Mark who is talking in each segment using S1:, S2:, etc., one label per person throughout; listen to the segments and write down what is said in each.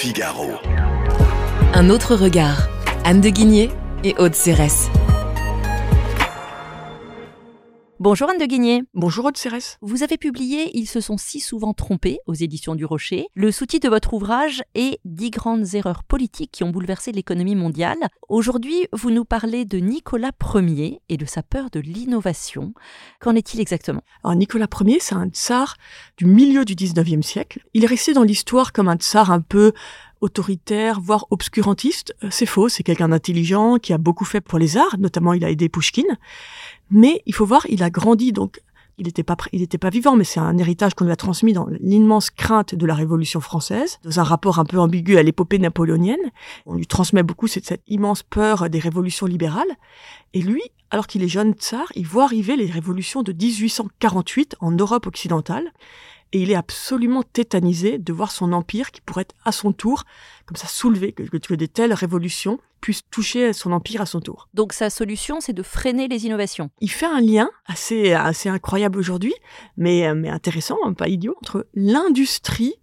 S1: Figaro.
S2: Un autre regard. Anne de Guigné et Aude Cérès.
S3: Bonjour Anne de Guigné.
S4: Bonjour Aude Cérès.
S3: Vous avez publié « Ils se sont si souvent trompés » aux éditions du Rocher. Le sous-titre de votre ouvrage est « 10 grandes erreurs politiques qui ont bouleversé l'économie mondiale ». Aujourd'hui, vous nous parlez de Nicolas Ier et de sa peur de l'innovation. Qu'en est-il exactement ?
S4: Alors Nicolas Ier, c'est un tsar du milieu du 19e siècle. Il est resté dans l'histoire comme un tsar un peu autoritaire, voire obscurantiste. C'est faux, c'est quelqu'un d'intelligent qui a beaucoup fait pour les arts, notamment il a aidé Pouchkine. Mais il faut voir, il a grandi, donc il n'était pas vivant, mais c'est un héritage qu'on lui a transmis dans l'immense crainte de la Révolution française, dans un rapport un peu ambigu à l'épopée napoléonienne. On lui transmet beaucoup cette immense peur des révolutions libérales. Et lui, alors qu'il est jeune tsar, il voit arriver les révolutions de 1848 en Europe occidentale. Et il est absolument tétanisé de voir son empire qui pourrait être à son tour, comme ça soulevé, que de telles révolutions puissent toucher son empire à son tour.
S3: Donc sa solution, c'est de freiner les innovations.
S4: Il fait un lien assez incroyable aujourd'hui, mais intéressant, pas idiot, entre l'industrie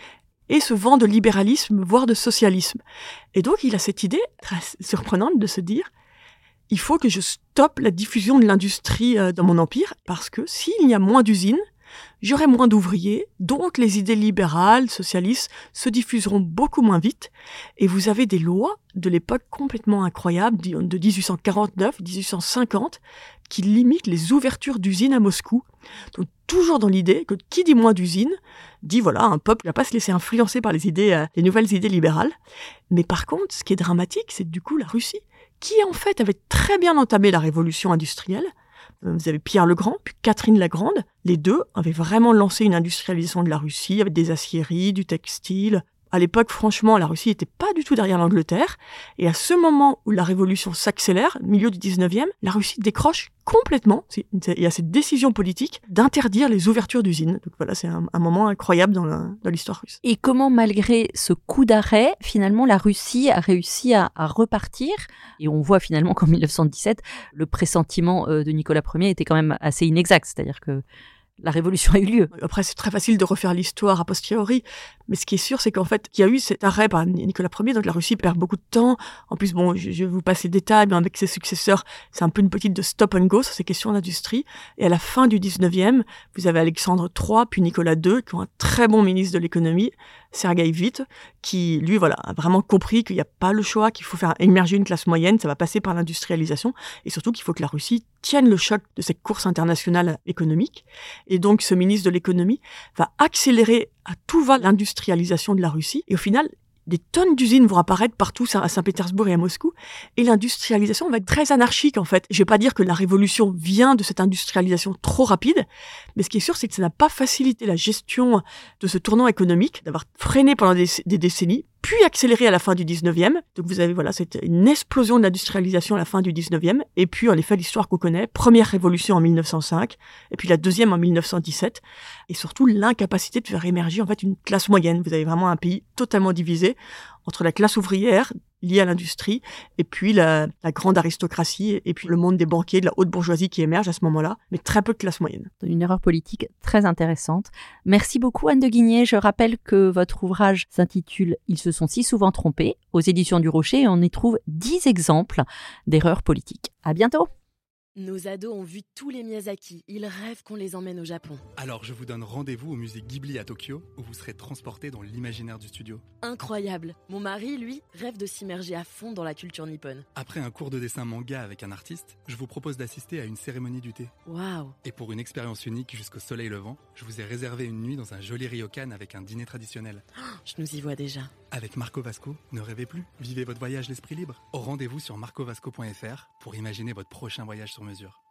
S4: et ce vent de libéralisme, voire de socialisme. Et donc il a cette idée très surprenante de se dire « Il faut que je stoppe la diffusion de l'industrie dans mon empire, parce que s'il y a moins d'usines, j'aurai moins d'ouvriers, donc les idées libérales, socialistes, se diffuseront beaucoup moins vite. Et vous avez des lois de l'époque complètement incroyables, de 1849, 1850, qui limitent les ouvertures d'usines à Moscou. Donc toujours dans l'idée que qui dit moins d'usines, dit voilà, un peuple ne va pas se laisser influencer par les nouvelles idées libérales. Mais par contre, ce qui est dramatique, c'est du coup la Russie, qui en fait avait très bien entamé la révolution industrielle. Vous avez Pierre le Grand, puis Catherine la Grande. Les deux avaient vraiment lancé une industrialisation de la Russie avec des aciéries, du textile. À l'époque, franchement, la Russie n'était pas du tout derrière l'Angleterre. Et à ce moment où la révolution s'accélère, milieu du 19e, la Russie décroche complètement. Il y a cette décision politique d'interdire les ouvertures d'usines. Donc voilà, c'est un moment incroyable dans l'histoire russe.
S3: Et comment, malgré ce coup d'arrêt, finalement, la Russie a réussi à repartir ? Et on voit finalement qu'en 1917, le pressentiment de Nicolas Ier était quand même assez inexact. C'est-à-dire que la révolution a eu lieu.
S4: Après, c'est très facile de refaire l'histoire a posteriori, mais ce qui est sûr, c'est qu'en fait, il y a eu cet arrêt par Nicolas Ier, donc la Russie perd beaucoup de temps. En plus, bon, je vais vous passer les détails, mais avec ses successeurs, c'est un peu une politique de stop and go sur ces questions d'industrie. Et à la fin du 19e, vous avez Alexandre III, puis Nicolas II, qui ont un très bon ministre de l'économie, Sergueï Vite, qui, lui, voilà, a vraiment compris qu'il n'y a pas le choix, qu'il faut faire émerger une classe moyenne, ça va passer par l'industrialisation, et surtout qu'il faut que la Russie tienne le choc de cette course internationale économique. Et donc, ce ministre de l'économie va accélérer à tout va l'industrialisation de la Russie. Et au final, des tonnes d'usines vont apparaître partout à Saint-Pétersbourg et à Moscou. Et l'industrialisation va être très anarchique, en fait. Je vais pas dire que la révolution vient de cette industrialisation trop rapide, mais ce qui est sûr, c'est que ça n'a pas facilité la gestion de ce tournant économique, d'avoir freiné pendant des décennies, puis accéléré à la fin du 19e. Donc vous avez, voilà, c'était une explosion de l'industrialisation à la fin du 19e. Et puis, en effet, l'histoire qu'on connaît, première révolution en 1905, et puis la deuxième en 1917. Et surtout, l'incapacité de faire émerger, en fait, une classe moyenne. Vous avez vraiment un pays totalement divisé entre la classe ouvrière liée à l'industrie, et puis la grande aristocratie, et puis le monde des banquiers, de la haute bourgeoisie qui émerge à ce moment-là, mais très peu de classe moyenne.
S3: Une erreur politique très intéressante. Merci beaucoup Anne de Guigné. Je rappelle que votre ouvrage s'intitule « Ils se sont si souvent trompés » aux éditions du Rocher, et on y trouve 10 exemples d'erreurs politiques. À bientôt.
S5: Nos ados ont vu tous les Miyazaki. Ils rêvent qu'on les emmène au Japon.
S6: Alors je vous donne rendez-vous au musée Ghibli à Tokyo, où vous serez transportés dans l'imaginaire du studio.
S5: Incroyable. Mon mari, lui, rêve de s'immerger à fond dans la culture nippone.
S6: Après un cours de dessin manga avec un artiste, je vous propose d'assister à une cérémonie du thé.
S5: Waouh.
S6: Et pour une expérience unique jusqu'au soleil levant, je vous ai réservé une nuit dans un joli ryokan avec un dîner traditionnel.
S5: Je nous y vois déjà.
S6: Avec Marco Vasco, ne rêvez plus, vivez votre voyage l'esprit libre. Au rendez-vous sur marcovasco.fr pour imaginer votre prochain voyage sur mesure.